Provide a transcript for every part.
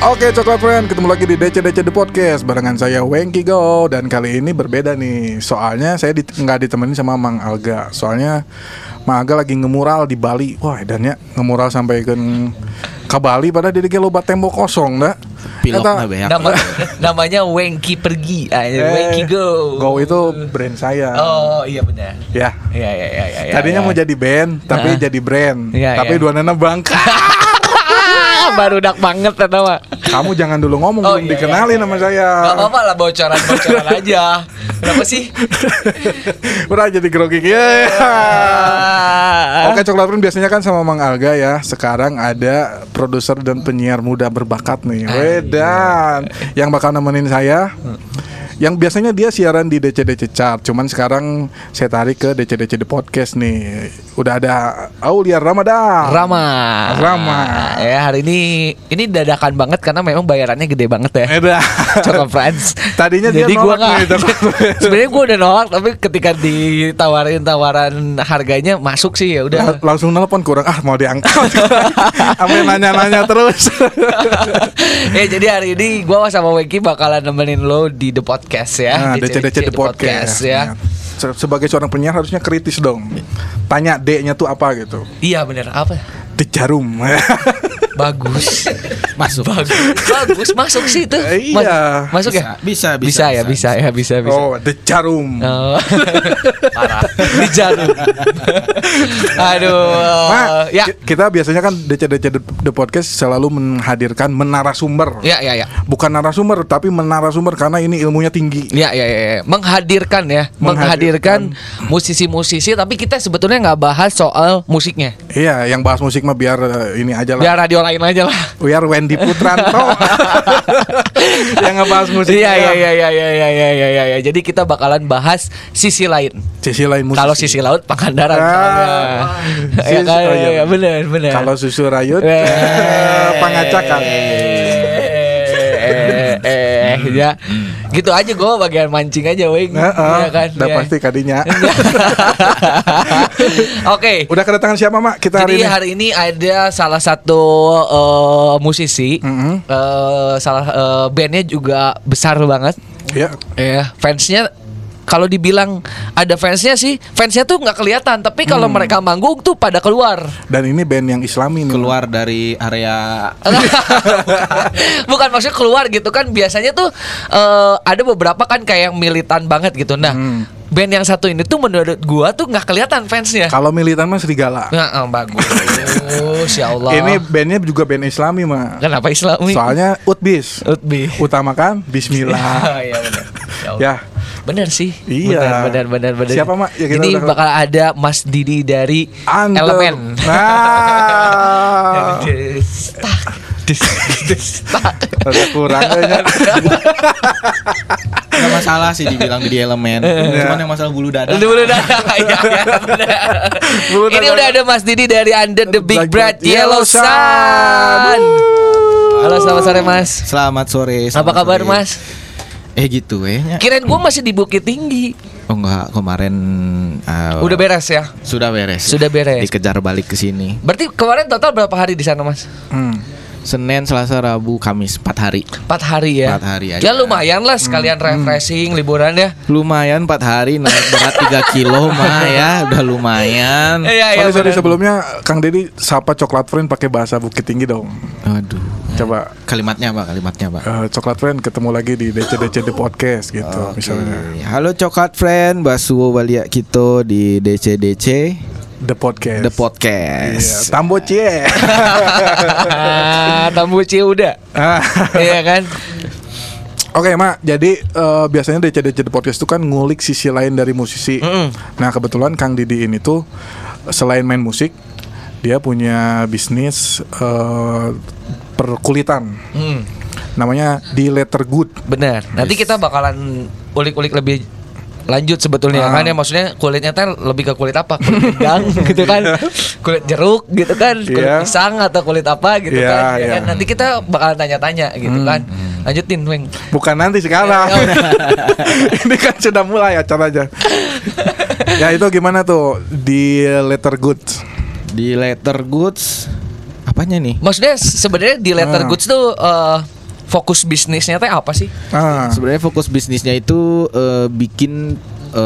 Oke Coklat Friend, ketemu lagi di DC The Podcast barengan saya Wengki Go. Dan kali ini berbeda nih. Soalnya saya nggak ditemenin sama Mang Alga. Soalnya Mang Alga lagi ngemural di Bali. Wah edannya ngemural sampai ke Bali pada dia loba tembok kosong dah. Pilokna beak. Namanya Wengki pergi, Wengki go. Go itu brand saya. Oh iya benar. Ya. Iya. Tadinya mau jadi band, tapi jadi brand. Iya, Tapi iya. dua nana bangka. Baru dak banget kata mah. Kamu jangan dulu ngomong, Oh, belum iya, dikenalin iya. sama saya. Gak apa-apa lah bocoran aja. Kenapa sih? Udah jadi grogi ya. Oke Coklat Friend biasanya kan sama Mang Alga ya. Sekarang ada produser dan penyiar muda berbakat nih. Wedan yang bakal nemenin saya. Yang biasanya dia siaran di DC Chart, cuman sekarang saya tarik ke DC The Podcast nih. Udah ada Aulia Ramadan. Rama. Ya hari ini dadakan banget karena memang bayarannya gede banget ya. Udah. Coklat Friends. Tadinya dia Jadi gua nolak nih, Coklat Friends. sebenarnya gue udah nolak, tapi ketika tawaran harganya masuk sih ya udah. Langsung nelpon kurang mau diangkat. Sampai nanya-nanya terus. Jadi hari ini gue sama Wengki bakalan nemenin lo di The Podcast ya. Nah, DC The Podcast ya. Sebagai seorang penyiar harusnya kritis dong. Tanya D-nya tuh apa gitu. Iya benar, apa? The Jarum. Bagus. Masuk. Bagus masuk sih itu. Iya. Masuk ya? Bisa. Bisa. Oh, The Jarum. Oh. Parah. Di jarum. Aduh. Mak, Ya. kita biasanya kan DC The Podcast selalu menghadirkan menarasumber. Ya. Bukan narasumber tapi menarasumber karena ini ilmunya tinggi. Ya. Menghadirkan musisi-musisi, tapi kita sebetulnya nggak bahas soal musiknya. Iya, yang bahas musik mah biar ini aja lah. Biar radio lain aja lah. Biar Wendy Putranto yang ngebahas musik. Iya. Jadi kita bakalan bahas sisi lain. Sisi lain musik. Kalau sisi laut Pangandaran soalnya. Ya kan? Ya, bener. Kalau susu rayut pangacakan. Ya. Gitu aja gue bagian mancing aja Weng. Ya kan? Udah Ya. pasti kadinya. Oke. Udah kedatangan siapa Mak? Kita Jadi hari ini. hari ini ada salah satu musisi, bandnya juga besar banget. Ya. Ya, fansnya kalau dibilang ada fansnya tuh nggak kelihatan, tapi kalau mereka manggung tuh pada keluar. Dan ini band yang Islami nih. Keluar dari area. Bukan maksudnya keluar gitu kan, biasanya tuh ada beberapa kan kayak yang militan banget gitu. Nah, band yang satu ini tuh menurut gua tuh nggak kelihatan fansnya. Kalau militan mah serigala. Nah, bagus. Ya Allah. Ini bandnya juga band Islami Mak. Kenapa Islami? Soalnya Utbis. Utbi. Utamakan Bismillah. Iya benar. Ya. Bener sih. Iya. Bener. Siapa, Mak? Ya, kita ini udah- bakal ada Mas Didi dari Under. Elemen. Nah. Destak. Ada kurang kayaknya. Gak masalah sih dibilang di elemen. Cuman yang masalah bulu dada. Dulu dah. Iya, bener. Bulu Ini dada. udah ada Mas Didi dari Under the Big Bright Yellow Sun. Halo, selamat sore Mas. Selamat sore. Apa kabar Mas? Gitu Kirain gua masih di Bukit Tinggi. Oh enggak, kemarin Udah beres ya? Sudah beres. Sudah beres. Dikejar balik ke sini. Berarti kemarin total berapa hari di sana Mas? Senin, Selasa, Rabu, Kamis 4 hari. 4 hari ya. 4 hari aja. Ya lumayan lah sekalian refreshing liburan ya. Lumayan 4 hari naik berat 3 kilo mah ya, udah lumayan. Iya Sorry bener. sebelumnya Kang Dedi sapa Coklat Friend pakai bahasa Bukit Tinggi dong. Aduh. Coba Kalimatnya Pak. Coklat Friend ketemu lagi di DC The Podcast gitu misalnya. Halo Coklat Friend, Basuo Balia Kito di DC The Podcast. The Podcast. Iya, Tambo Cie. Tambuci udah. Iya kan? Oke Mak, jadi biasanya DC The Podcast itu kan ngulik sisi lain dari musisi. Nah kebetulan Kang Didi ini tuh selain main musik, dia punya bisnis perkulitan. Namanya di Letter Good. Benar. Nanti kita bakalan ulik-ulik lebih lanjut sebetulnya kan ya, maksudnya kulitnya kan lebih ke kulit apa? Kulit pinggang gitu kan. Kulit jeruk gitu kan, kulit pisang atau kulit apa gitu kan. Ya kan? Nanti kita bakalan tanya-tanya gitu kan. Lanjutin, Weng. Bukan nanti sekarang. Ini kan sudah mulai acaranya. Ya itu gimana tuh di Letter Good? Di Letter Goods apa makanya nih. Maksudnya sebenarnya di Leather Goods tuh fokus bisnisnya teh apa sih? Sebenarnya fokus bisnisnya itu bikin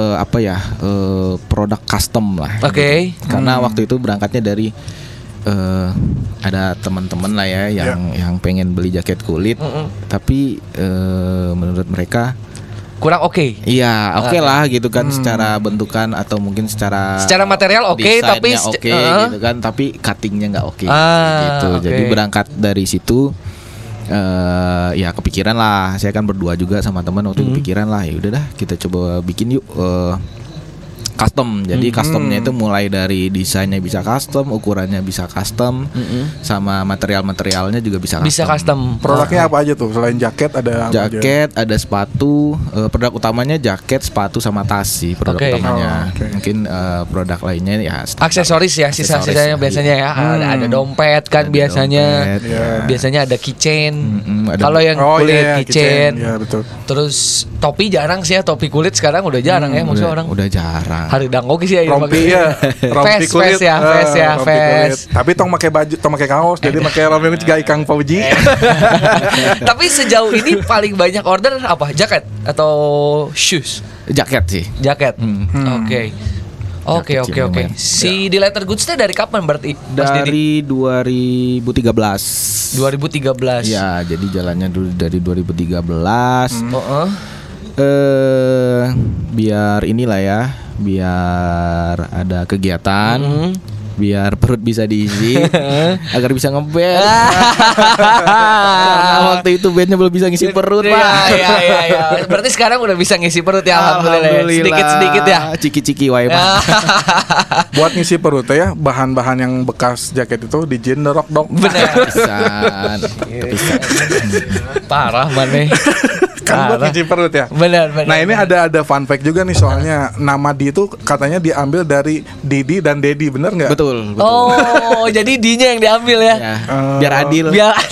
produk custom lah. Oke. Gitu. Karena waktu itu berangkatnya dari ada teman-teman lah ya yang pengen beli jaket kulit, tapi menurut mereka kurang oke. Iya, oke lah gitu kan secara bentukan atau mungkin secara material oke, tapi gitu kan, tapi cuttingnya nggak oke gitu. Okay. Jadi berangkat dari situ ya kepikiran lah, saya kan berdua juga sama teman waktu itu kepikiran lah, ya udah dah kita coba bikin yuk custom. Jadi customnya itu mulai dari desainnya bisa custom, ukurannya bisa custom, sama materialnya juga bisa custom. Bisa custom. Produknya apa aja tuh? Selain jaket ada jaket, ada sepatu. Produk utamanya jaket, sepatu sama tas sih produk utamanya. Mungkin produk lainnya ya aksesoris ya, sisa-sisanya biasanya ya. Ada dompet kan, biasanya. Biasanya ada keychain. Kalau yang kulit keychain. Ya, betul. Terus topi jarang sih ya, topi kulit sekarang udah jarang ya, maksudnya orang. Udah jarang. Hari danggoki sih ya. Rompi ya. Rompi kulit. Vest. Tapi tong pakai baju, tong pakai kaos, jadi pakai rompi juga Ikang Fauji. Tapi sejauh ini paling banyak order apa? Jaket atau shoes? Jaket sih. Jaket. Oke. Si di Leather Goods dari kapan berarti? Dari 2013. 2013. Ya, jadi jalannya dulu dari 2013. Biar inilah ya, biar ada kegiatan, biar perut bisa diisi, agar bisa ngeband. Karena waktu itu bandnya belum bisa ngisi perut, Pak. Iya. Berarti sekarang udah bisa ngisi perut ya, alhamdulillah. Sedikit-sedikit ya. Ciki-ciki wae, Pak. Buat ngisi perut ya, bahan-bahan yang bekas jaket itu dijin derok dok. Benar. Kepisan. Parah maneh. Kan buat ngisi perut ya. Benar. Nah ini ada fun fact juga nih, soalnya nama Di itu katanya diambil dari Didi dan Dedi, bener nggak? Betul. Oh, jadi D-nya yang diambil ya. Biar adil.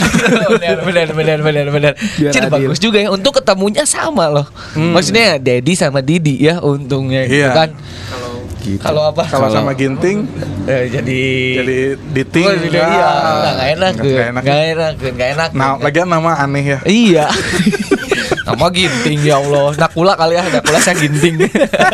Benar. Jadi bagus juga ya, untuk ketemunya sama loh. Maksudnya Dedi sama Didi ya untungnya gitu kan. Gitu. Kalau apa? Kalau sama Ginting jadi Diting. Iya, enggak enak. Nah, lagian nama aneh ya. Iya. Nama Ginting, ya Allah. Nakula kali ya, Nakula saya Ginting.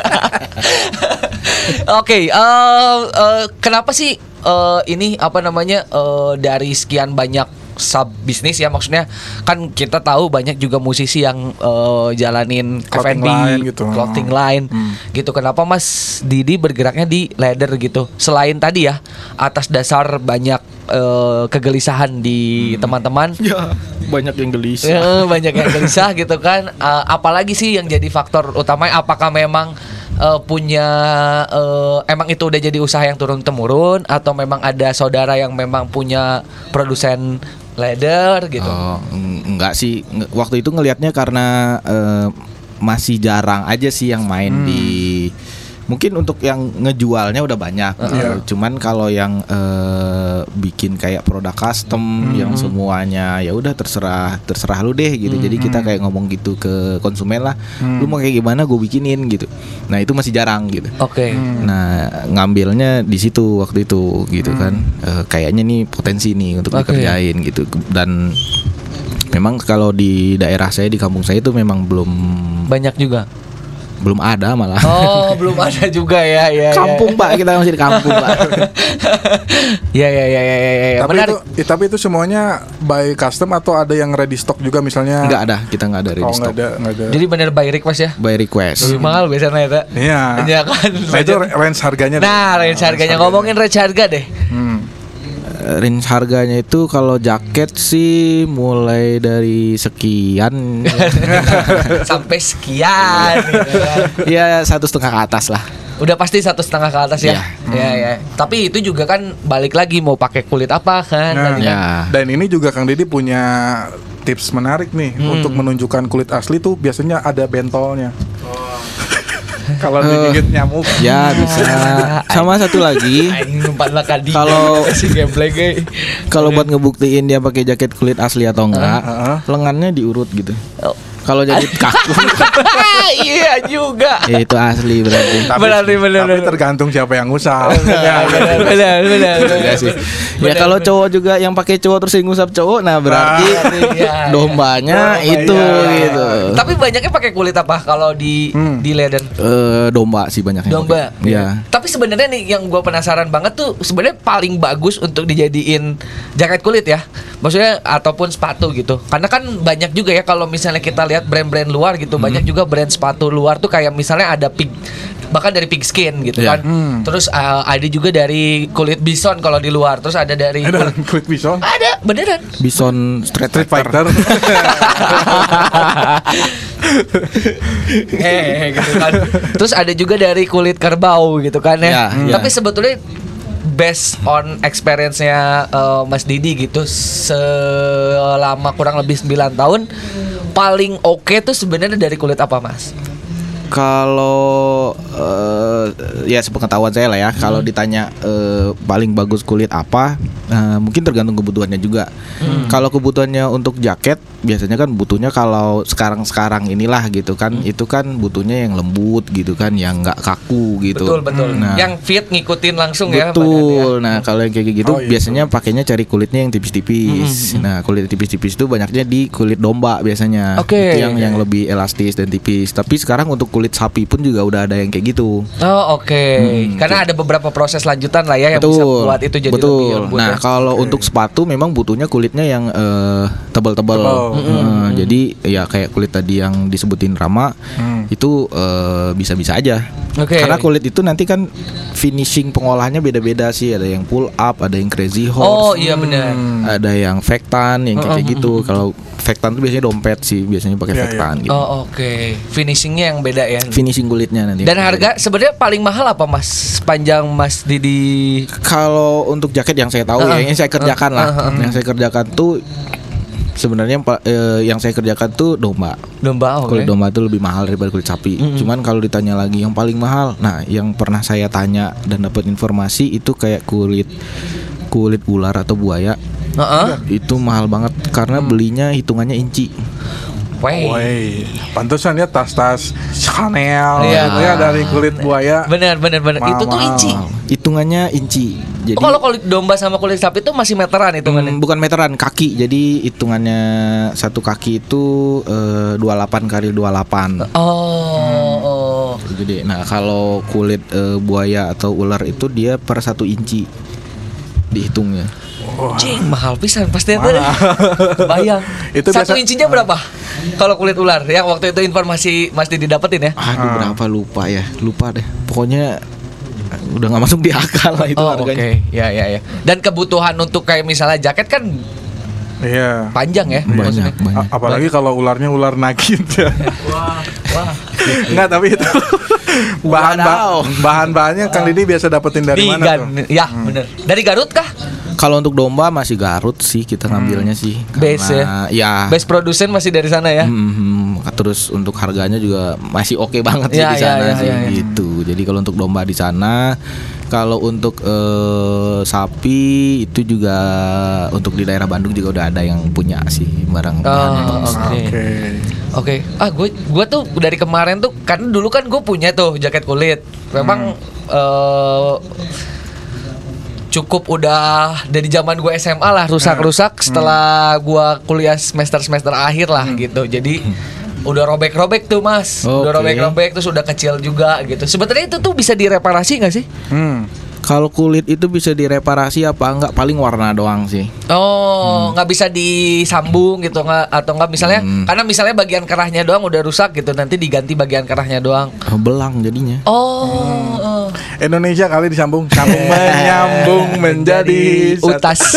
Oke, kenapa sih ini dari sekian banyak sub bisnis ya, maksudnya kan kita tahu banyak juga musisi yang jalanin clothing F&B, line gitu. clothing line gitu. Kenapa Mas Didi bergeraknya di leather gitu? Selain tadi ya, atas dasar banyak kegelisahan di teman-teman. Ya, banyak yang gelisah. Banyak yang gelisah gitu kan. Apalagi sih yang jadi faktor utamanya? Apakah memang punya emang itu udah jadi usaha yang turun temurun, atau memang ada saudara yang memang punya produsen leather gitu? Enggak sih, waktu itu ngelihatnya karena masih jarang aja sih yang main di. Mungkin untuk yang ngejualnya udah banyak, cuman kalau yang bikin kayak produk custom yang semuanya ya udah terserah lu deh gitu. Jadi kita kayak ngomong gitu ke konsumen lah, lu mau kayak gimana gue bikinin gitu. Nah itu masih jarang gitu. Oke. Nah ngambilnya di situ waktu itu gitu kan, kayaknya nih potensi nih untuk dikerjain gitu. Dan memang kalau di daerah saya, di kampung saya itu memang banyak juga. Belum ada malah. Oh, belum ada juga ya. Kampung Pak, kita masih di kampung Pak. Ya. Tapi itu semuanya by custom atau ada yang ready stock juga misalnya? Enggak ada, kita enggak ada ready stock. Enggak ada. Jadi bener by request ya? By request. Lebih mahal biasanya ya, Tak? Iya kan. Nah itu range harganya. Range harganya. Ngomongin range harga deh. Range harganya itu kalau jaket sih mulai dari sekian sampai sekian gitu kan. Ya 1,5 ke atas lah. Udah pasti 1,5 ke atas ya. Ya. Tapi itu juga kan balik lagi mau pakai kulit apa kan. Dan ini juga Kang Didi punya tips menarik nih untuk menunjukkan kulit asli tuh biasanya ada bentolnya. Kalau digigit nyamuk. Ya bisa. Sama satu lagi. Kalau buat ngebuktiin dia pakai jaket kulit asli atau enggak, lengannya diurut gitu. Kalau jadi kaku. Iya juga. Itu asli berarti. Tapi tergantung siapa yang ngusap. Benar. Enggak sih. Ya kalau cowok juga yang pakai cowok terus yang ngusap cowok, nah berarti dombanya itu gitu. Tapi banyaknya pakai kulit apa kalau di leather? Domba sih banyaknya. Domba. Iya. Tapi sebenarnya nih yang gue penasaran banget tuh sebenarnya paling bagus untuk dijadiin jaket kulit ya. Maksudnya ataupun sepatu gitu. Karena kan banyak juga ya kalau misalnya kita lihat brand-brand luar gitu, banyak juga brand sepatu luar tuh kayak misalnya ada bahkan dari pig skin gitu kan. Terus ada juga dari kulit bison kalau di luar. Terus ada dari kulit bison. Ada beneran. Bison Street Fighter. Gitu kan. Terus ada juga dari kulit kerbau gitu kan ya. Tapi sebetulnya based on experience-nya Mas Didi gitu selama kurang lebih 9 tahun paling oke tuh sebenarnya dari kulit apa Mas? Kalau ya sepengetahuan saya lah ya, kalau ditanya paling bagus kulit apa, mungkin tergantung kebutuhannya juga. Kalau kebutuhannya untuk jaket, biasanya kan butuhnya kalau sekarang inilah gitu kan, itu kan butuhnya yang lembut gitu kan, yang nggak kaku gitu. Betul. Nah, yang fit ngikutin langsung ya. Betul. Nah kalau yang kayak gitu biasanya pakainya cari kulitnya yang tipis-tipis. Nah kulit tipis-tipis itu banyaknya di kulit domba biasanya. Itu yang lebih elastis dan tipis. Tapi sekarang untuk kulit sapi pun juga udah ada yang kayak gitu. Karena ada beberapa proses lanjutan lah ya yang bisa buat itu jadi lebih lembut. Nah kalau untuk sepatu memang butuhnya kulitnya yang tebal-tebal. Jadi ya kayak kulit tadi yang disebutin Rama itu bisa-bisa aja. Karena kulit itu nanti kan finishing pengolahannya beda-beda sih. Ada yang pull up, ada yang crazy horse. Benar. Ada yang Vectan yang kayak gitu. Kalau Vectan tuh biasanya dompet sih, biasanya pakai Vectan gitu. Finishingnya yang beda ya. Finishing kulitnya nanti. Dan harga sebenarnya paling mahal apa Mas? Sepanjang Mas Didi. Kalau untuk jaket yang saya tahu ya, yang saya kerjakan lah. Yang saya kerjakan tuh sebenarnya yang saya kerjakan tuh domba. Kulit domba itu lebih mahal daripada kulit sapi. Cuman kalau ditanya lagi yang paling mahal, nah yang pernah saya tanya dan dapat informasi itu kayak kulit ular atau buaya. Itu mahal banget karena belinya hitungannya inci. Pantesan ya tas-tas Chanel gitu ya dari kulit buaya. Benar. Itu tuh inci. Hitungannya inci. Jadi kalau kulit domba sama kulit sapi itu masih meteran hitungannya. Bukan meteran, kaki. Jadi hitungannya satu kaki itu 28 kali 28. Jadi nah kalau kulit buaya atau ular itu dia per 1 inci dihitungnya. Cing, mahal pisan pasti itu. Bayang. Itu 1 incinya berapa? Kalau kulit ular yang waktu itu informasi Mas Didi dapetin ya? Berapa lupa deh. Pokoknya udah nggak masuk di akal lah itu harganya. Ya. Dan kebutuhan untuk kayak misalnya jaket kan panjang ya. Banyak. Apalagi kalau ularnya ular nagin. Wah. Enggak, tapi itu bahan-bahannya Kang Didi biasa dapetin dari mana tuh? Ya, bener. Dari Garut kah? Kalau untuk domba masih Garut sih kita ngambilnya sih. Base ya. Base produsen masih dari sana ya. Terus untuk harganya juga masih oke banget sih di sana gitu. Jadi kalau untuk domba di sana, kalau untuk sapi itu juga untuk di daerah Bandung juga udah ada yang punya sih barang. Oke. Gue tuh dari kemarin tuh kan dulu kan gue punya tuh jaket kulit. Memang cukup udah dari zaman gue SMA lah rusak setelah gue kuliah semester akhir lah gitu. Jadi udah robek-robek tuh Mas. Udah robek-robek terus udah kecil juga gitu. Sebetulnya itu tuh bisa direparasi nggak sih? Kalau kulit itu bisa direparasi apa enggak? Paling warna doang sih. Nggak bisa disambung gitu nggak? Atau nggak misalnya karena misalnya bagian kerahnya doang udah rusak gitu, nanti diganti bagian kerahnya doang. Belang jadinya. Indonesia kali disambung menyambung menjadi utas.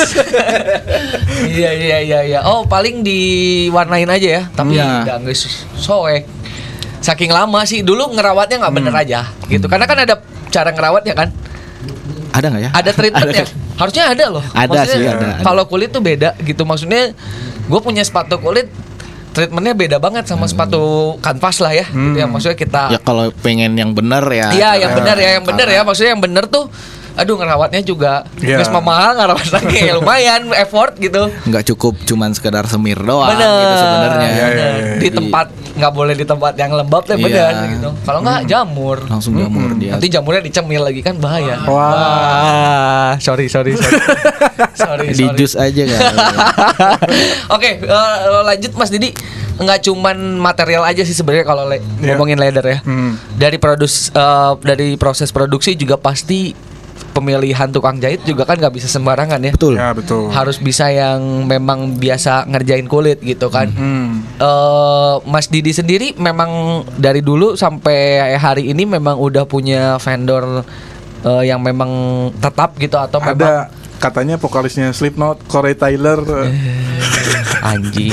Iya. Paling diwarnain aja ya, tapi udah nggak soek. Saking lama sih dulu ngerawatnya nggak bener aja gitu. Karena kan ada cara ngerawatnya kan. Ada nggak ya? Ada treatmentnya. Harusnya ada loh. Ada maksudnya, sih ada. Kalau kulit tuh beda gitu. Maksudnya gue punya sepatu kulit, treatmentnya beda banget sama sepatu kanvas lah ya. Gitu ya maksudnya kita. Ya kalau pengen yang benar ya. Iya yang benar ya, Maksudnya yang benar tuh aduh ngerawatnya juga Iya. geus mahal ngerawat lagi ya lumayan effort gitu. Nggak cukup cuman sekedar semir doang Bener. gitu sebenarnya. Iya, iya, iya. Di tempat nggak boleh di tempat yang lembab deh bener Iya. gitu. Kalau nggak jamur. Langsung jamur dia. Nanti jamurnya dicemil lagi kan bahaya. Wah. Sorry. sorry. Di jus aja kan. Oke, lanjut Mas Didi. Nggak cuman material aja sih sebenarnya kalau Iya. ngomongin leather ya. Hmm. Dari dari proses produksi juga pasti pemilihan tukang jahit juga kan nggak bisa sembarangan ya. Betul. Ya betul. Harus bisa yang memang biasa ngerjain kulit gitu kan. Mas Didi sendiri memang dari dulu sampai hari ini memang udah punya vendor yang memang tetap gitu atau memang Ada katanya vokalisnya Slipknot, Corey Taylor. anjing.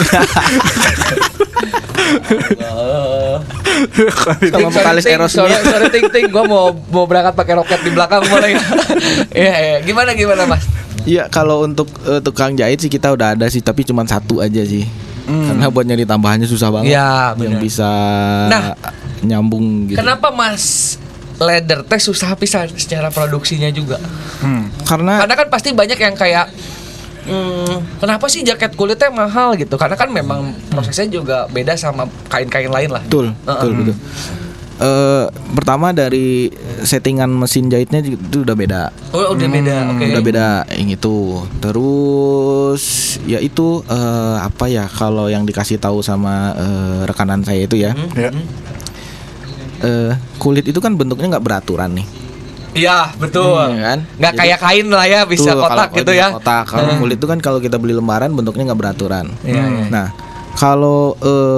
Sama vokalis Aerosmith. Sorry ting, gue mau berangkat pakai roket di belakang boleh nggak? Iya, gimana Mas? Iya, kalau untuk tukang jahit sih kita udah ada sih, tapi cuma satu aja sih. Karena buat nyari tambahannya susah banget. Iya, yang benar. bisa Nah, nyambung gitu. Kenapa Mas leather teh susah pisan secara produksinya juga? Karena Karena kan pasti banyak yang kayak kenapa sih jaket kulitnya mahal gitu? Karena kan memang prosesnya juga beda sama kain-kain lain lah. betul. Pertama dari settingan mesin jahitnya itu udah beda. Oh, udah beda. Oke. Udah beda yang itu. Terus ya itu apa ya, kalau yang dikasih tahu sama rekanan saya itu ya. Ya. Kulit itu kan bentuknya nggak beraturan nih. Iya, betul. Kan? Nggak Jadi- kayak kain lah ya, bisa Tuh, kotak kalau gitu bisa ya. Kotak. Kalau kulit itu kan kalau kita beli lembaran bentuknya nggak beraturan. Iya, iya. Nah, kalau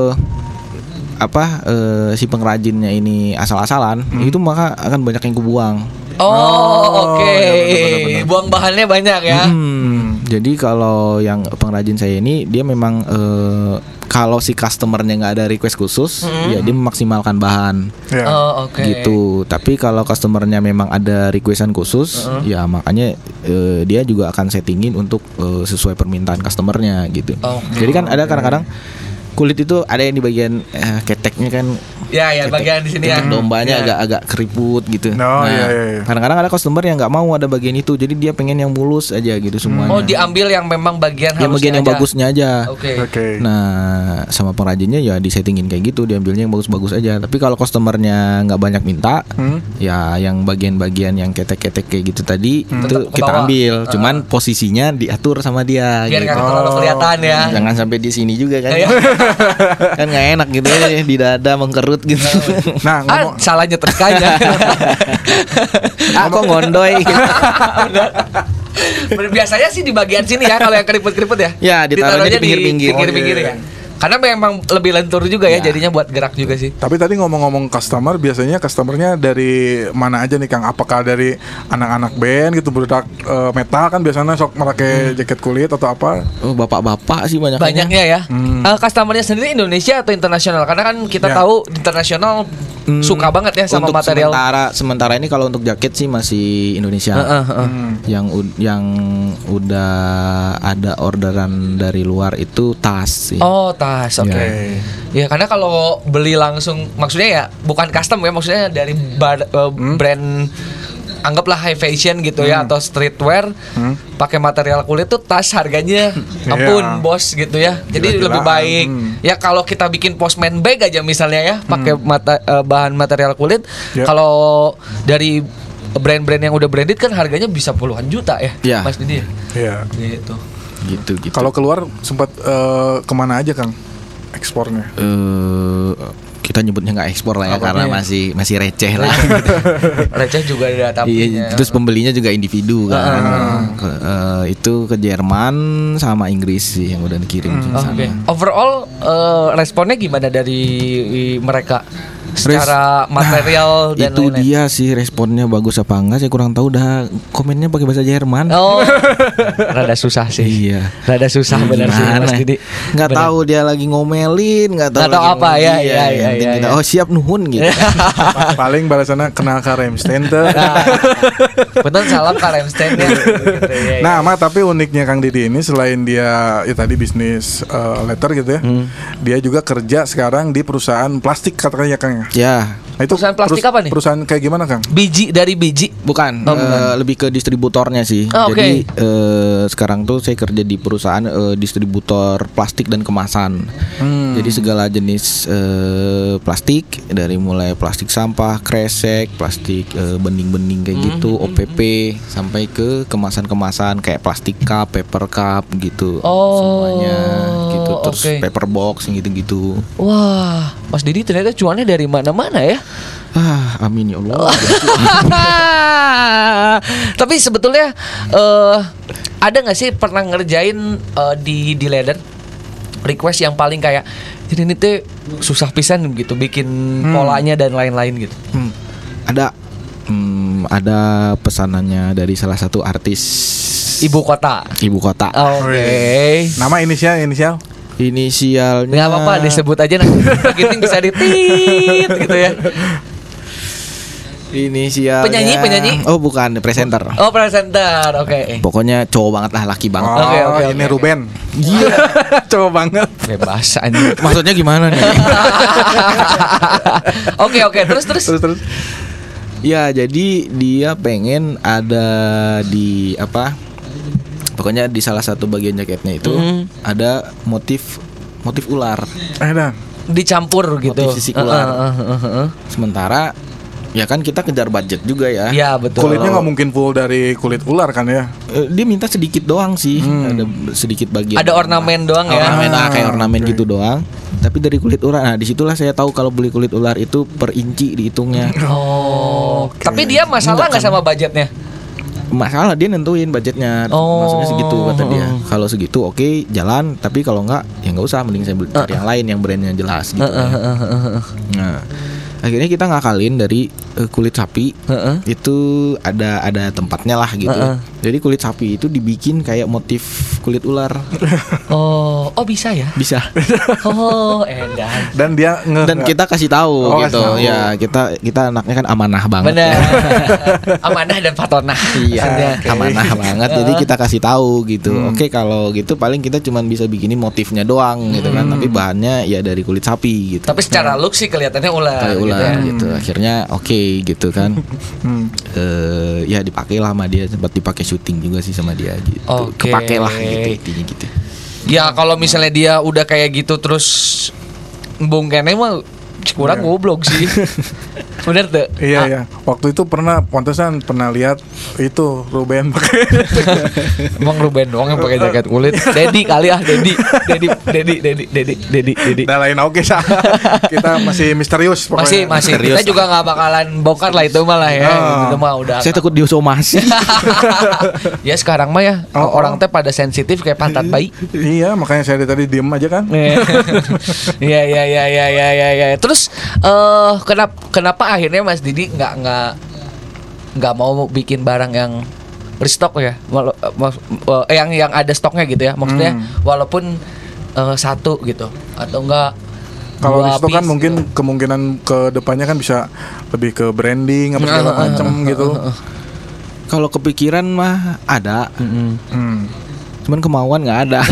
si pengrajinnya ini asal-asalan, itu maka akan banyak yang kubuang. Oh, oke. benar-benar. Buang bahannya banyak ya. Jadi kalau yang pengrajin saya ini dia memang kalau si customernya nggak ada request khusus, ya dia memaksimalkan bahan. Ya. Oh, oke. Gitu. Tapi kalau customernya memang ada requestan khusus, ya makanya dia juga akan settingin untuk sesuai permintaan customernya gitu. Oke. Jadi kan ada kadang-kadang kulit itu ada yang di bagian keteknya kan. Ya, bagian di sini ya. Ketek dombanya Ya. agak keriput gitu. Oh, iya. Kadang-kadang ada customer yang nggak mau ada bagian itu, jadi dia pengen yang mulus aja gitu semuanya. Oh, diambil yang memang bagian yang bagian halusnya yang aja. bagusnya aja. Oke. Oke. Nah, sama pengrajinnya ya disettingin kayak gitu, diambilnya yang bagus-bagus aja. Tapi kalau customernya nggak banyak minta, ya yang bagian-bagian yang ketek-ketek kayak gitu tadi itu Tetap ke kita bawah. ambil. Cuman posisinya diatur sama dia. Biar gitu. nggak terlalu kelihatan ya. Jangan sampai di sini juga kan. Iya. Kan nggak enak gitu ya, di dada mengkerut gitu. Nah, ngomong Salah nyetrikanya. Aku ngondoy. Biasanya sih di bagian sini ya kalau yang keriput-keriput ya. Ya, ditaruhnya di pinggir-pinggir. pinggir-pinggir Oh, iya, ya. Karena memang lebih lentur juga ya, jadinya buat gerak juga sih. tapi tadi ngomong-ngomong customer, biasanya customernya dari mana aja nih Kang? Apakah dari anak-anak band gitu, budak metal kan biasanya sok pakai jaket kulit atau apa? Oh, bapak-bapak sih banyak. Banyaknya ya. Customernya sendiri Indonesia atau internasional? Karena kan kita Ya. tahu internasional suka banget ya sama untuk material. sementara ini kalau untuk jaket sih masih Indonesia. Yang udah ada orderan dari luar itu tas sih. Oh, tas. Oke. Oke. Ya, karena kalau beli langsung maksudnya ya bukan custom ya, maksudnya dari brand anggaplah high fashion gitu ya atau streetwear pakai material kulit tuh tas harganya ampun Iya. bos gitu ya. Jadi Gila-gilaan. lebih baik ya kalau kita bikin postman bag aja misalnya ya pakai bahan material kulit. Ya. Kalau dari brand-brand yang udah branded kan harganya bisa puluhan juta ya, Ya. Mas Didi. Iya. Gitu. Gitu. Kalau keluar sempat kemana aja Kang ekspornya? Kita nyebutnya nggak ekspor lah ya, Apanya karena ya? masih receh lah. Receh juga ada tapinya. Iya, terus pembelinya juga individu kan. Itu ke Jerman sama Inggris sih yang udah dikirim ke sana. Oke. Overall responnya gimana dari mereka secara material dan Itu lain-lain? dia sih responnya bagus apa enggak, saya kurang tahu, dah komennya pakai bahasa Jerman. Oh, rada susah sih. Iya. Rada susah benar sih Mas Didi. Nggak Benar. tahu dia lagi ngomelin, nggak tahu Nggak tahu lagi apa, ya, iya, iya, yang penting iya, kita, iya. oh siap nuhun gitu. Paling balasannya kenal ka Remstein teh. Betul, salam Kak Remstein ya. Gitu, ya, ya. Nah, tapi uniknya Kang Didi ini selain dia ya tadi bisnis letter gitu ya, dia juga kerja sekarang di perusahaan plastik katanya Kang. Ya, Nah, itu Perusahaan plastik apa nih? Perusahaan kayak gimana, Kang? Dari biji. Bukan, lebih ke distributornya sih. Oh, Jadi sekarang tuh saya kerja di perusahaan distributor plastik dan kemasan. Jadi segala jenis plastik, dari mulai plastik sampah, kresek, plastik bening-bening kayak gitu, OPP, sampai ke kemasan-kemasan kayak plastik cup, paper cup gitu. Semuanya gitu. Terus paper box gitu-gitu. Wah, Mas Didi ternyata cuannya dari mana-mana ya. Amin ya Allah. Tapi sebetulnya ada nggak sih pernah ngerjain di leader request yang paling kayak ini teh susah pisan gitu bikin polanya dan lain-lain gitu. Ada pesanannya dari salah satu artis Ibu kota. Oke. Nama inisial? Inisialnya Nggak apa-apa disebut aja nanti begitu bisa ditit gitu ya. Inisialnya Penyanyi? Oh bukan, presenter. Oh presenter, oke. Pokoknya cowok banget lah, laki banget. Oke. Ini Ruben. Iya. Cowok banget. Bebas anjing. Maksudnya gimana nih? Oke, terus. Ya jadi dia pengen ada di apa? Pokoknya di salah satu bagian jaketnya itu ada motif ular. Dicampur gitu. Motif sisik ular. Sementara ya kan kita kejar budget juga ya. Iya betul. Kulitnya nggak mungkin full dari kulit ular kan ya? Dia minta sedikit doang sih, ada sedikit bagian. Ada ornamen doang ya. Kayak ornamen gitu doang. Tapi dari kulit ular. Nah disitulah saya tahu kalau beli kulit ular itu per inci dihitungnya. Tapi dia masalah nggak sama budgetnya? Masalah, dia nentuin budgetnya. Maksudnya segitu kata dia. Kalau segitu oke, jalan. Tapi kalau nggak ya nggak usah. Mending saya beli cari yang lain yang brandnya jelas gitu. Nah akhirnya kita ngakalin dari kulit sapi. Itu ada tempatnya lah gitu. Jadi kulit sapi itu dibikin kayak motif kulit ular. Oh bisa ya? Bisa. Edan. Dan dia Dan kita kasih tahu gitu. Ya kita anaknya kan amanah banget. Bener. Ya. Amanah dan fatonah. Iya, amanah banget. Jadi kita kasih tahu gitu. Oke, kalau gitu paling kita cuma bisa bikinin motifnya doang gitu kan. Tapi bahannya ya dari kulit sapi gitu. Tapi secara look sih kelihatannya ular. Kayak ular gitu. Akhirnya oke gitu kan. Ya dipakai lah sama dia, sempat dipakai syuting juga sih sama dia gitu. Kepake lah gitu intinya gitu. Ya kalau misalnya dia udah kayak gitu terus Bung Kene mah kurang goblok sih. Bener tuh. Iya. Waktu itu pernah lihat itu Ruben pakai. Emang Ruben doang yang pakai jaket kulit. Dedi kali ah, Dedi. Nah lain oke sah. Kita masih misterius pokoknya. Masih. Kita juga nggak bakalan bongkar lah itu malah ya. Itu mah udah. Saya takut diusomasi. Ya sekarang mah ya orang teh pada sensitif kayak pantat bayi. Iya, makanya saya tadi diem aja kan. Iya. Terus kenapa akhirnya Mas Didi nggak mau bikin barang yang restock ya, yang ada stoknya gitu ya, maksudnya walaupun satu gitu atau enggak. Kalau restock kan mungkin kemungkinan ke depannya kan bisa lebih ke branding apa segala macam gitu. Kalau kepikiran mah ada. Cuman kemauan nggak ada.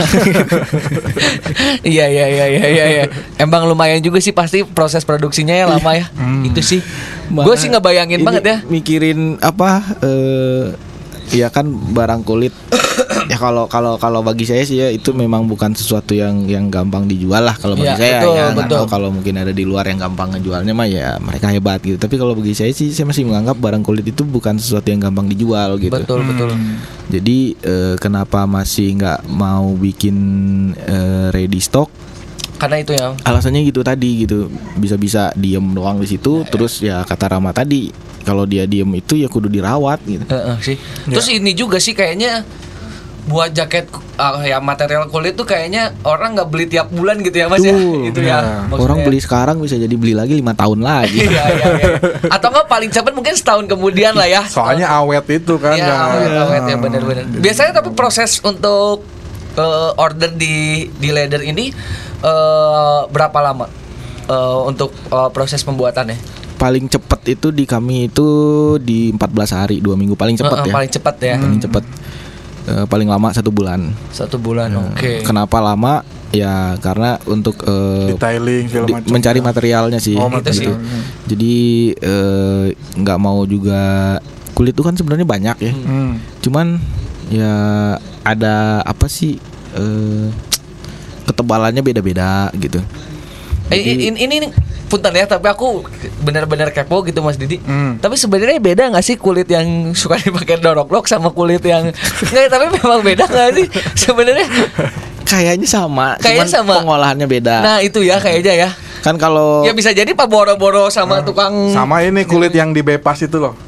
Iya. Emang lumayan juga sih pasti proses produksinya ya lama ya. Itu sih. Gue sih ngebayangin banget ya. Mikirin apa? Ya kan barang kulit. Ya kalau bagi saya sih ya itu memang bukan sesuatu yang gampang dijual lah kalau bagi saya. Betul, ya nggak betul. tahu kalau mungkin ada di luar yang gampang ngejualnya mah ya mereka hebat gitu. Tapi kalau bagi saya sih saya masih menganggap barang kulit itu bukan sesuatu yang gampang dijual gitu. Betul. Jadi kenapa masih nggak mau bikin ready stock? Karena itu ya. Alasannya gitu tadi gitu. Bisa-bisa diem doang di situ. Terus ya kata Rama tadi, kalau dia diem itu ya kudu dirawat gitu. Sih. Terus ini juga sih kayaknya buat jaket ya material kulit tuh kayaknya orang nggak beli tiap bulan gitu ya Mas ya. Itu ya. Orang beli sekarang bisa jadi beli lagi 5 tahun lagi. Iya. Atau nggak paling cepat mungkin setahun kemudian lah ya. Soalnya awet itu kan. Iya, awet ya benar-benar. Biasanya tapi proses untuk order di leather ini berapa lama untuk proses pembuatannya? Paling cepat itu di kami itu di 14 hari 2 minggu paling cepat ya. Paling cepat ya. Paling cepat. paling lama 1 bulan. 1 bulan. Oke. Kenapa lama? Ya karena untuk detailing segala macam. mencari materialnya sih. Itu sih. Jadi nggak mau juga, kulit itu kan sebenarnya banyak ya. Cuman ya ada apa sih, ketebalannya beda-beda gitu. Ini punten ya, tapi aku benar-benar kepo gitu Mas Didi. Tapi sebenarnya beda nggak sih kulit yang suka dipakai dorok-dok sama kulit yang nggak? Tapi memang beda nggak sih sebenarnya? Kayaknya sama, cuman pengolahannya beda. Nah itu ya kayaknya ya. Kan kalau Ya bisa jadi Pak boro-boro sama tukang. Sama ini kulit yang di bypass itu loh.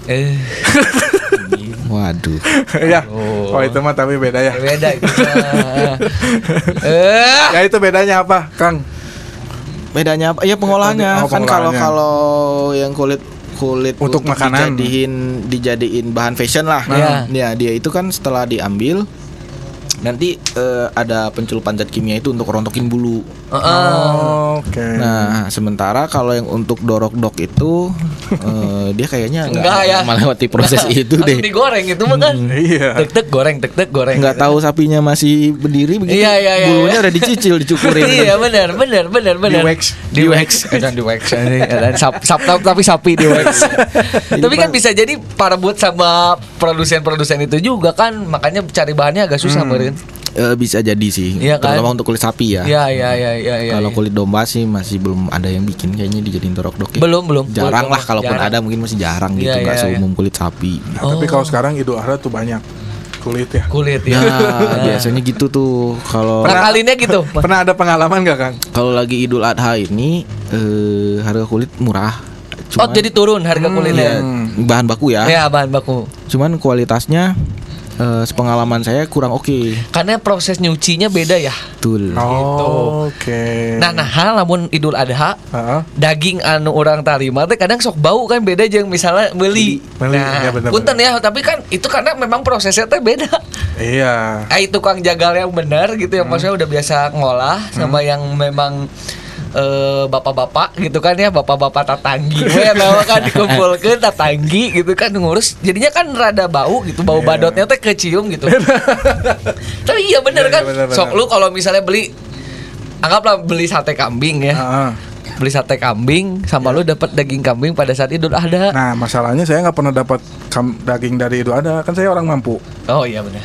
waduh. Ya. Oh itu mah tapi beda ya. Beda itu. Ya itu bedanya apa, Kang? Bedanya apa? Ya pengolahannya. Oh, Kan pengolahannya. kalau yang kulit Untuk makanan. dijadiin bahan fashion lah. Ya dia itu kan setelah diambil nanti ada penculupan zat kimia itu untuk rontokin bulu. Oke. Nah, sementara kalau yang untuk dorok-dok itu dia kayaknya Enggak ya. melewati proses itu Langsung deh. digoreng itu mah kan. Iya. Tek-tek goreng. Nggak tahu sapinya masih berdiri begitu. Iya. Bulunya udah dicicil, dicukurin. Iya benar. Di wax. Tapi sapi di wax. Tapi kan bisa jadi parebut sama produsen-produsen itu juga kan, makanya cari bahannya agak susah meureun. Bisa jadi sih. Iya kan? Terutama untuk kulit sapi ya. Iya. Kalau kulit domba sih masih belum ada yang bikin, kayaknya dijadiin dorok-dok ya. Belum. Jarang lah, kalaupun ada mungkin masih jarang gitu, nggak seumum kulit sapi. Nah, tapi kalau sekarang Idul Adha tuh banyak kulit ya. Kulit Ya, ya. biasanya gitu tuh. Kalau Kalinya gitu. Pernah ada pengalaman gak, Kang? kalau lagi Idul Adha ini harga kulit murah. Oh jadi turun harga kulitnya. Bahan baku ya. Ya bahan baku. Cuman kualitasnya sepengalaman saya kurang oke. Karena proses nyucinya beda ya. Betul. Oke. Nah lamun Idul Adha daging anu orang tarima teh kadang sok bau kan, beda jeung misalnya beli. Ya, bener, punten ya, tapi kan itu karena memang prosesnya teh beda. Iya. Tukang jagal yang benar gitu yang maksudnya udah biasa ngolah sama yang memang bapak-bapak gitu kan ya, bapak-bapak tatanggi nama kan dikumpulkeun tatanggi gitu kan ngurus, jadinya kan rada bau gitu, bau badotnya teh kecium gitu. Tapi iya bener kan. Sok lu kalau misalnya beli, anggaplah beli sate kambing ya. Beli sate kambing sama lu dapat daging kambing pada saat Idul Adha. Nah masalahnya saya nggak pernah dapat daging dari Idul Adha, kan saya orang mampu. Oh iya benar.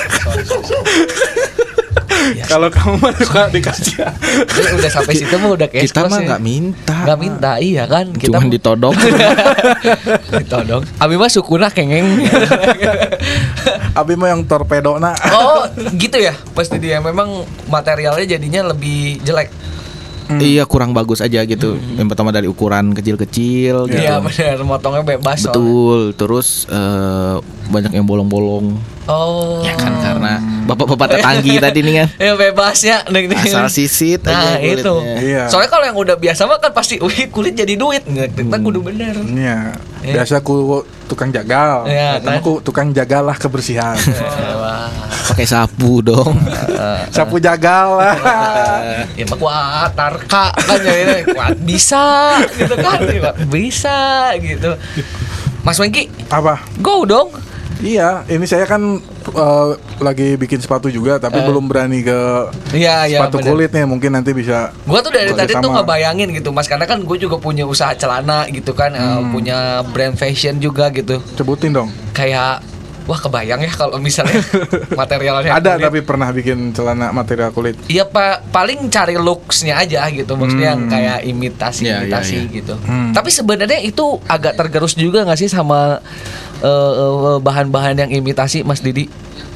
Kalau kamu mah suka dikasih. Udah sampai situ mah udah kayak kita mah nggak minta. Iya kan. Kita Cuman ditodong. ditodong. Abi mah sukuna kengeng. Abi mah yang torpedo nak. Oh gitu ya. Pasti dia memang materialnya jadinya lebih jelek. Iya, kurang bagus aja gitu. Yang pertama dari ukuran kecil-kecil gitu. Iya benar, motongnya bebas. Betul. Terus banyak yang bolong-bolong. Oh. Ya kan karena bapak-bapak tetanggi tadi nih kan. Ya bebasnya. Asal sisit nah, aja kulitnya. itu. Iya. Soalnya kalau yang udah biasa mah kan pasti kulit jadi duit. Kita kudu bener. Iya. Biasa ku tukang jagal. Iya, kan? Ku tukang jagalah kebersihan. Pakai sapu dong. Sapu jagal lah. Ya mah kuat tarka kan ya, kuat bisa gitu kan. Bisa gitu. Mas Wengki, Apa? go dong. Iya, ini saya kan lagi bikin sepatu juga, tapi belum berani ke Iya, sepatu bener. kulit nih. Mungkin nanti bisa. Gua tuh dari tadi tuh kerjasama. ngebayangin gitu Mas, karena kan gue juga punya usaha celana gitu kan, punya brand fashion juga gitu. Sebutin dong. Kayak wah kebayang ya kalau misalnya materialnya Ada kulit. tapi pernah bikin celana material kulit. Iya paling cari looksnya aja gitu, maksudnya yang kayak imitasi Iya, gitu. Tapi sebenarnya itu agak tergerus juga nggak sih sama bahan-bahan yang imitasi, Mas Didi?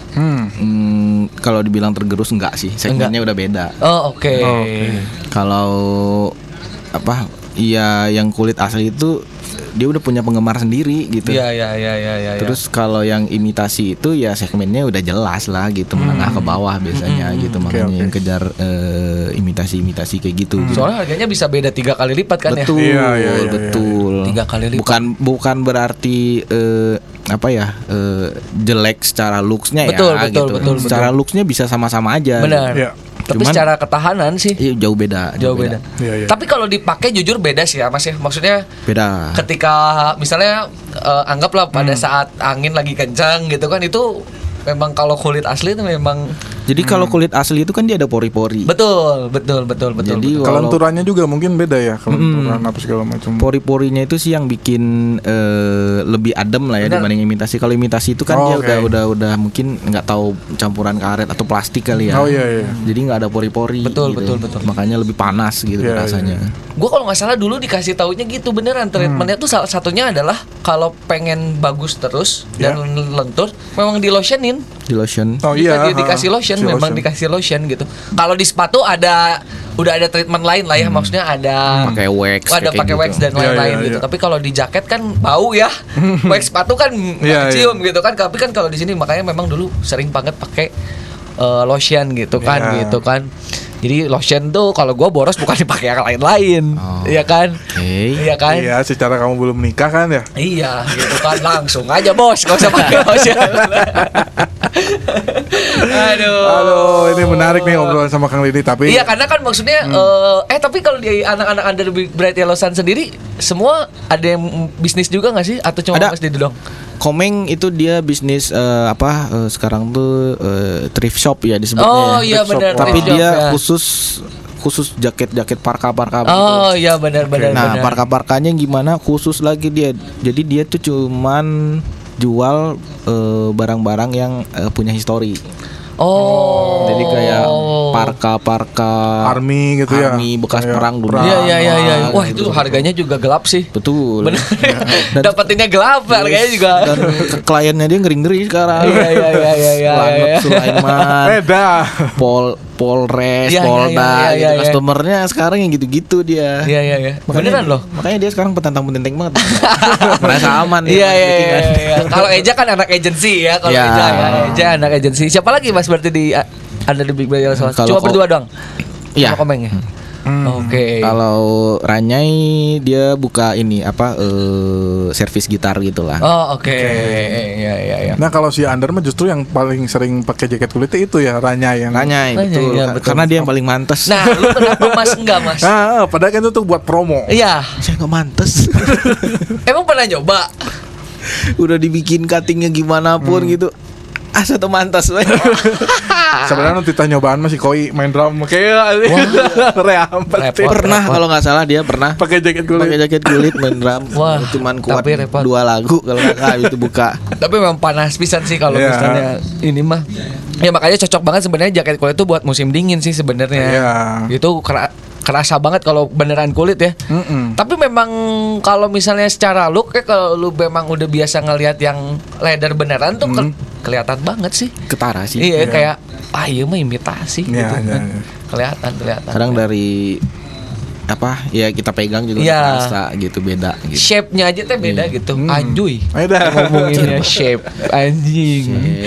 Kalau dibilang tergerus enggak sih, segmennya udah beda. Oh oke. Kalau apa? Iya, yang kulit asli itu dia udah punya penggemar sendiri gitu. Iya. Terus kalau yang imitasi itu ya segmennya udah jelas lah gitu, menengah ke bawah biasanya gitu, makanya yang kejar imitasi kayak gitu. Soalnya harganya bisa beda 3 kali lipat kan Betul, ya? Iya. betul. 3 kali lipat. Bukan berarti jelek secara looksnya Betul, ya betul, gitu. betul. Secara looksnya bisa sama-sama aja. Benar. Iya. Tapi Cuman- secara ketahanan sih Iya, jauh beda. jauh beda. Iya. Tapi kalau dipakai jujur beda sih ya Mas ya. Maksudnya Beda. ketika misalnya anggaplah pada saat angin lagi kencang gitu kan, itu memang kalau kulit asli itu memang. Jadi kalau kulit asli itu kan dia ada pori-pori. Betul. Jadi kelenturannya juga mungkin beda ya, kelenturan apa segala macam. Pori-porinya itu sih yang bikin lebih adem lah ya dibanding imitasi. Kalau imitasi itu kan dia udah mungkin nggak tahu campuran karet atau plastik kali ya. Oh iya. Jadi nggak ada pori-pori. Betul. Makanya lebih panas gitu rasanya. Gue kalau nggak salah dulu dikasih taunya gitu beneran, treatmentnya tuh salah satunya adalah kalau pengen bagus terus dan lentur, memang di lotionin. Di lotion. Oh iya. Dikasih lotion. Memang dikasih lotion gitu. Kalau di sepatu udah ada treatment lain lah ya, maksudnya ada pakai wax, ada pakai wax dan lain-lain gitu. Tapi kalau di jaket kan bau ya, wax sepatu kan cium gitu kan. Tapi kan kalau di sini makanya memang dulu sering banget pakai lotion gitu kan, gitu kan. Jadi lotion tuh kalau gue boros bukan dipakai yang lain-lain, iya kan? Iya kan? Iya, secara kamu belum menikah kan ya? Iya, gitu kan langsung aja bos, gak usah pakai lotion. Aduh, ini menarik nih obrolan sama Kang Lidi, tapi iya karena kan maksudnya tapi kalau di anak-anak Under the Bright Yellow Sun sendiri semua ada yang bisnis juga nggak sih atau cuma Mas Didi doang? Komeng itu dia bisnis sekarang tuh thrift shop ya disebutnya. Oh iya benar. Tapi dia khusus jaket parka-parka gitu. Oh iya benar. Nah, parka-parkanya gimana? Khusus lagi dia. Jadi dia tuh cuman jual barang-barang yang punya histori. Oh. Jadi kayak parka army gitu ya. Army bekas kayak perang dulu. Iya. Wah, itu harganya juga gelap sih. Betul. Bener. Dapatinnya gelap harganya juga. Dan kliennya dia ngeri-ngeri sekarang. Iya. Lanet Sulaiman. Beda. Polres, Polda, gitu. Customernya sekarang yang gitu-gitu dia. Iya. Beneran loh. Makanya dia sekarang petentang-petenteng banget. Merasa aman. Iya. Kalau Eja kan anak agensi ya. Kalau Eja anak agensi. Siapa lagi Mas berarti di Under the Big Bright Yellow Sun? Cuma berdua doang. Iya. Komeng ya. Oke. Kalau Ranyai dia buka ini servis gitar gitulah. Oh oke. Iya. Nah kalau si Under mah justru yang paling sering pakai jaket kulitnya itu ya Ranyai betul. Ya, betul. Karena dia yang paling mantes. Nah lu kenapa Mas enggak Mas? Padahal kan itu tuh buat promo. Iya. Saya nggak mantes. Emang pernah nyoba? Udah dibikin cuttingnya gimana pun gitu. Satu mantas. Sebenarnya nanti nyobaan masih koi main drum kayak pernah kalau nggak salah dia pernah pakai jaket kulit main drum. Wah, cuman kuat 2 lagu kalau nggak itu buka. Tapi memang panas pisan sih kalau misalnya ini mah. Ya makanya cocok banget sebenarnya jaket kulit itu buat musim dingin sih sebenarnya. Itu kerasa banget kalau beneran kulit ya. Tapi memang kalau misalnya secara look ya kalau lu memang udah biasa ngelihat yang leather beneran tuh kelihatan banget sih. Ketara sih. Iya kayak iya mah imitasi gitu. Kelihatan. Kadang dari ya kita pegang juga terasa gitu beda gitu. Shape-nya aja teh beda gitu. Anjuy. Beda ngomonginnya shape anjing.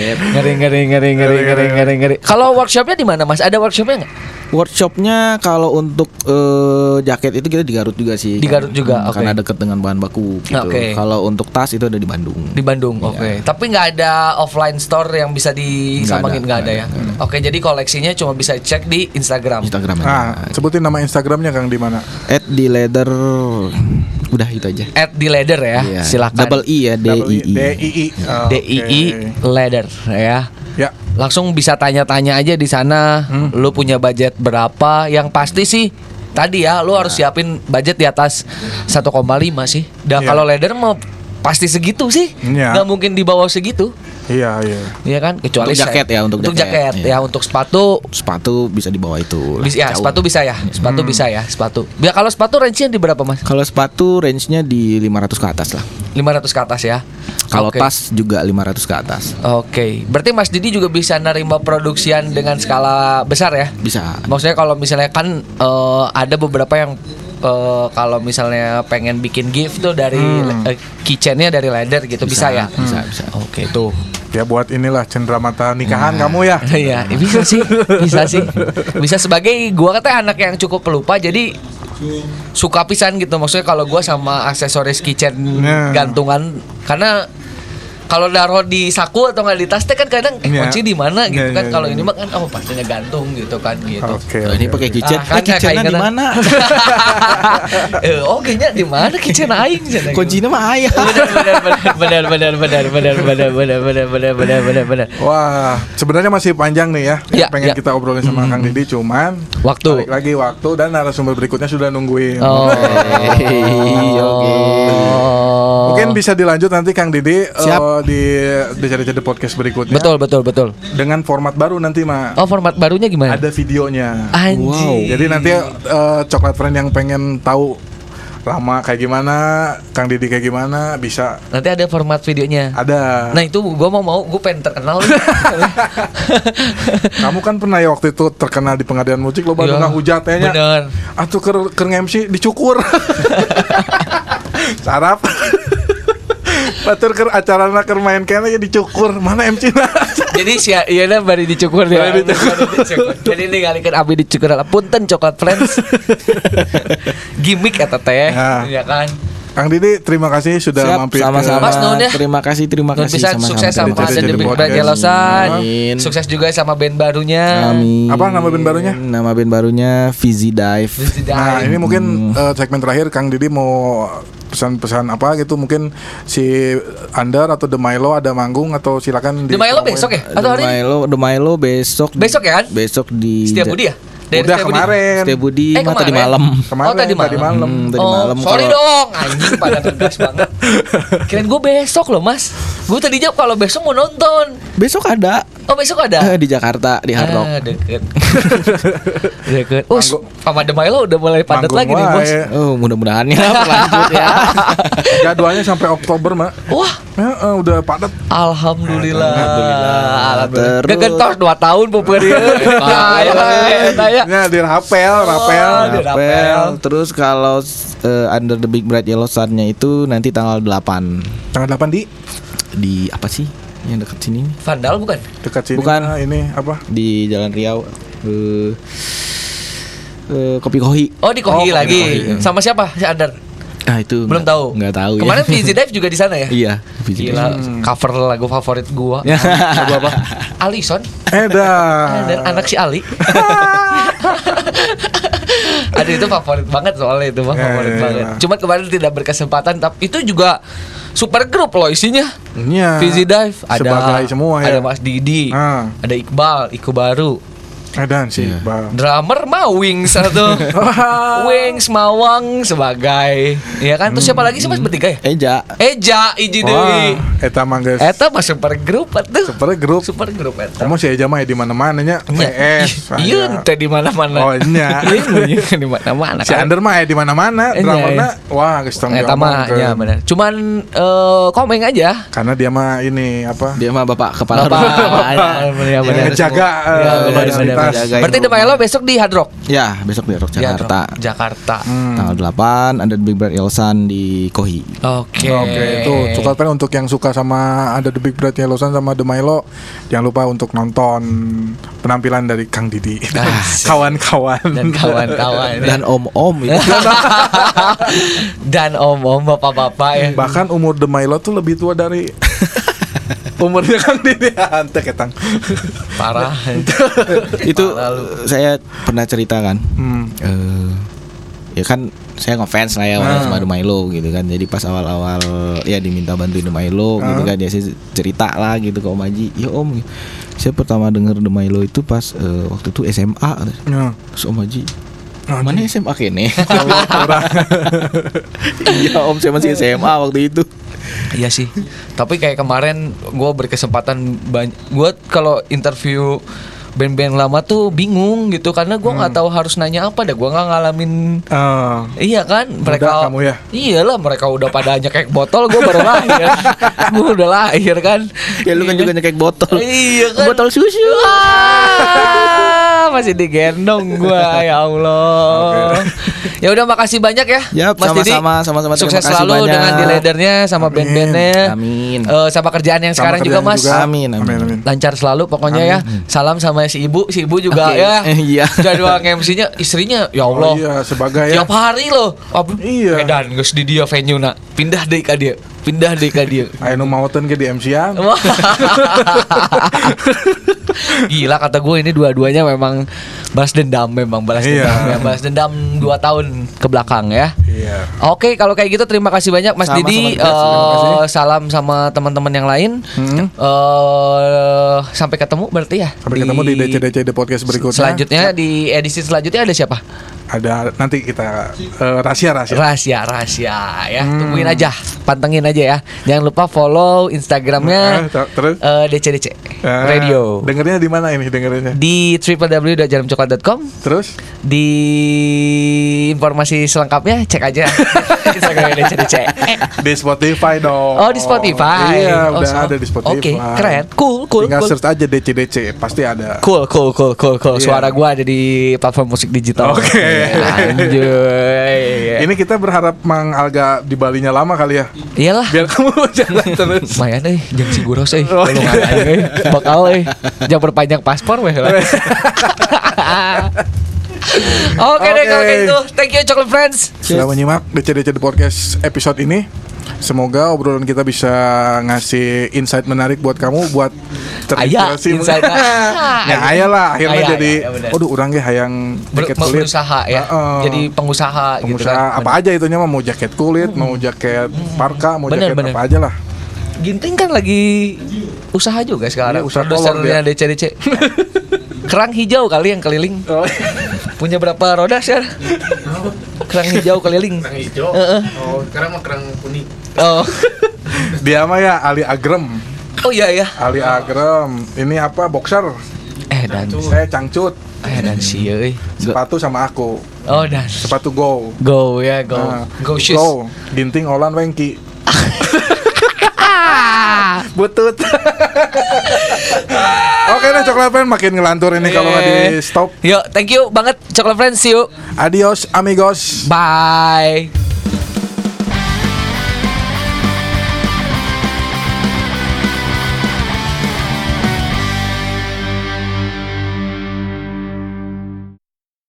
Ngeri. Kalau workshopnya di mana Mas? Ada workshopnya nggak? Workshopnya kalau untuk jaket itu kita di Garut juga sih. Di Garut juga, karena dekat dengan bahan baku gitu. Kalau untuk tas itu ada di Bandung. Di Bandung, oke. Tapi nggak ada offline store yang bisa disambangin, nggak ada ya. Oke, jadi koleksinya cuma bisa cek di Instagram. Sebutin nama Instagramnya Kang di mana? @dileather. Udah itu aja. @dileather ya. Silakan. Double I ya, DII leather ya. Ya. Langsung bisa tanya-tanya aja di sana. Lu punya budget berapa? Yang pasti sih tadi ya, lu harus siapin budget di atas 1,5 sih. Dan kalau leather mau pasti segitu sih. Nggak mungkin di bawah segitu. Iya. Iya kan? Kecuali untuk jaket ya, untuk jaket ya, untuk sepatu bisa di bawah itu. Sepatu bisa ya. Sepatu. Ya kalau sepatu range-nya di berapa, Mas? Kalau sepatu range-nya di 500 ke atas lah. 500 ke atas ya. Kalau tas juga 500 ke atas. Oke. Berarti Mas Didi juga bisa nerima produksian dengan skala besar ya? Bisa. Maksudnya kalau misalnya kan ada beberapa yang kalau misalnya pengen bikin gift tuh dari kitchennya dari leather gitu bisa ya? Bisa. Oke, tuh. Ya buat inilah cenderamata nikahan kamu ya. Iya, bisa sih. Bisa sebagai gua katanya anak yang cukup pelupa jadi suka pisan gitu. Maksudnya kalau gua sama aksesoris kitchen gantungan karena Kalau naruh di saku atau nggak di tas teh kan kadang kunci di mana gitu kan. Kalau ini mah kan pastinya gantung gitu kan gitu. Oke. Ini pakai kitchen. Kitchennya di mana? Kayaknya di mana kitchen aing cenah. Kuncinya mah aya. Benar. Wah, sebenarnya masih panjang nih ya. Ya, Pengen ya. kita obrolin sama Kang Didi, cuman Waktu. balik lagi waktu dan narasumber berikutnya sudah nungguin. Oke. Mungkin bisa dilanjut nanti Kang Didi Siap. di Jadi podcast berikutnya. Betul. Dengan format baru nanti mah. Oh, format barunya gimana? Ada videonya. Anjing. Jadi nanti Coklat Friend yang pengen tahu Rama kayak gimana, Kang Didi kayak gimana, bisa. Nanti ada format videonya. Ada. Nah itu gue gue pengen terkenal. Kamu kan pernah ya waktu itu terkenal di pengadilan musik lo baru ngahujat ya nya. Bener. Atuh keur MC dicukur. Sarap. Batur keur acarana keur main kene ya dicukur. Mana MC-na? Jadi iya nah bari dicukur dia. Jadi ini ngalikeun abdi dicukur lah. Punten Coklat Friends. Gimik eta teh, ya kan. Kang Didi, terima kasih sudah mampir. Sama-sama. Mas Nun ya. Terima kasih Bisa sama-sama. sukses sama Jadi Ada Big podcast. Brand Jelosan. Amin. Sukses juga sama band barunya. Amin. Apa nama band barunya? Nama band barunya Fizzy Dive. Nah, ini mungkin segmen terakhir Kang Didi mau pesan-pesan apa gitu, mungkin si Under atau The Milo ada manggung atau silakan The Milo besok ya? Atau hari ini? The Milo besok. Besok ya kan? Besok di Setia Budi ya? Udah kemarin. Setia Budi mah tadi kemarin. malam. Kemarin, tadi malam. Tadi malam. Sorry dong, anjing pada tegas banget. Kirain gue besok loh mas. Gue tadi jawab kalau besok mau nonton. Besok ada. Oh besok ada? Di Jakarta di Hard Rock. Deket. Sama The Milo udah mulai padat lagi nih bos. Oh mudah-mudahan ya berlanjut ya. Jadwalnya sampai Oktober mak. Wah. Udah padat. Alhamdulillah. Terus. Gegentos 2 tahun puperi. Ya di Rapel. Terus kalau Under the Big Bright Yellow Sun-nya itu nanti tanggal 8. Tanggal 8 di apa sih yang dekat sini? Vandal bukan? Dekat sini. Bukan. Ini apa? Di Jalan Riau. Kopi Kohi. Oh di Kohi lagi. Kohi. Sama siapa? Si Adar. Itu belum tahu. Nggak tahu. Kemarin ya. Fizzy Dive juga di sana ya? Iya. Gila, cover lagu favorit gua. Lagu apa? Alison. Dan anak si Ali. Aduh itu favorit banget soalnya itu mah favorit banget. Cuma kemarin tidak berkesempatan, tapi itu juga super grup loh isinya. Iya. Fizzy Dive ada sebagai semua ya. Ada Mas Didi, ada Iqbal, Iku Baru. Dan sih, drummer mah Wings atau Wings Mawang sebagai, ya kan? Terus siapa lagi sih mas bertiga ya? Eja Iji Dewi. Eta mangga. Eta mah super grup atuh. Super grup eta. Kamu si Eja mah di mana-mana nya. PS. Iya, teh di mana-mana. Oh nya. Di mana-mana. Si Under mah di mana-mana. Drummerna wah geus tong eta mah nya bener. Cuman komeng aja. Karena dia mah ini apa? Dia mah bapak kepala bener. Ngejaga berarti The Milo besok di Hard Rock? Ya, besok di Hard Rock Jakarta. Tanggal 8 ada Big Brand Yellow di Kohi. Oke. Itu Coklat Friend untuk yang suka sama ada The Big Brand Yellow sama The Milo, jangan lupa untuk nonton penampilan dari Kang Didi. Kawan-kawan dan kawan-kawan dan om-om itu. Dan om-om bapak-bapak ya. Bahkan umur The Milo tuh lebih tua dari umurnya Kang Didi. Antek ketang. Parah. Itu saya pernah cerita kan. Ya kan saya ngefans lah ya sama The Milo gitu kan. Jadi pas awal-awal ya diminta bantuin The Milo gitu kan. Ya saya cerita lah gitu ke Om Haji. Ya Om, saya pertama denger The Milo itu pas waktu itu SMA. Terus Om Haji, mana SMA kene? Iya Om, saya masih SMA waktu itu. Iya sih. Tapi kayak kemarin gue berkesempatan gue kalau interview band-band lama tuh bingung gitu karena gue nggak tahu harus nanya apa dah. Gue nggak ngalamin. Iya kan mereka. Kamu ya? Iyalah mereka udah pada nyekek botol, gue baru lahir. Gue udah lahir kan. Ya lu kan juga nyekek botol. Iya kan. Botol susu. Masih digendong gue ya Allah. Ya udah makasih banyak ya. Yap, Mas Didi. Sama-sama. Sukses selalu banyak. dengan di leadernya sama band-bandnya. Amin. Sama kerjaan yang sekarang juga Mas. Amin. Lancar selalu pokoknya ya. Salam sama si ibu juga ya. Iya. Jadwal MC-nya istrinya ya Allah. Iya sebagai tiap hari loh. Iya. Medan geus di dia venue na. Pindah deui ka dia. pindah deh ke dia. Aya nu maoteun ge di MC-an. Wah. Gila kata gue ini dua-duanya memang balas dendam ya. Balas dendam 2 tahun ke belakang ya. Iya. Oke, kalau kayak gitu terima kasih banyak Mas Sama-sama Didi. juga, terima kasih. Salam sama teman-teman yang lain. Sampai ketemu berarti ya. Sampai ketemu di DCDC The Podcast berikutnya. Selanjutnya di edisi selanjutnya ada siapa? Ada nanti kita rahasia. Rahasia ya. Tungguin aja, pantengin aja ya. Jangan lupa follow Instagramnya Terus DCDC Radio. Dengernya di mana ini dengerinnya? Di www.jarumcoklat.com. Terus Di informasi selengkapnya cek aja Instagramnya DCDC. di Spotify dong. Oh, di Spotify. Iya, Oh, udah so. ada di Spotify. Oke, keren. Cool. Tinggal search aja DCDC, pasti ada. Cool. Iya. Suara gua ada di platform musik digital. Oke. Anjay. Ini kita berharap Mang Alga di Balinya lama kali ya. Iyalah. Biar kamu jalan terus. Lumayan jam siguros Oh, Tolong aja bakal jangan berpanjang paspor weh lah. Oke deh kalau kayak gitu. Thank you Chocolate Friends. Sudah menyimak DCDC The Podcast episode ini. Semoga obrolan kita bisa ngasih insight menarik buat kamu, buat terinspirasi. insight. Ya ayah lah, akhirnya Aya, jadi bener. waduh orang ge hayang jaket kulit. berusaha ya. Jadi pengusaha gitu Pengusaha kan. apa aja itunya mah, mau jaket kulit, mau jaket parka, mau jaket Bener. apa aja lah. Ginting kan lagi usaha juga sekarang. Iya, usaha Produsernya kolor DCDC. Kerang hijau kali yang keliling. Punya berapa roda sih? Kerang hijau keliling. Kerang hijau. Oh, sekarang mah kerang kuning. Oh. Dia mah ya Ali Agrem. Oh iya ya. Ali Agrem. Ini apa? Boxer. Dan Saya cangcut. dan si euy. Sepatu sama aku. Oh dan Sepatu go. go ya go. Nah, Go shoes. Go. Ginting Olan Wengki. Butut. Oke deh Coklat Friends, makin ngelantur ini kalau nggak di stop. Yuk, thank you banget Chocolate Friends. See you. Adios amigos. Bye.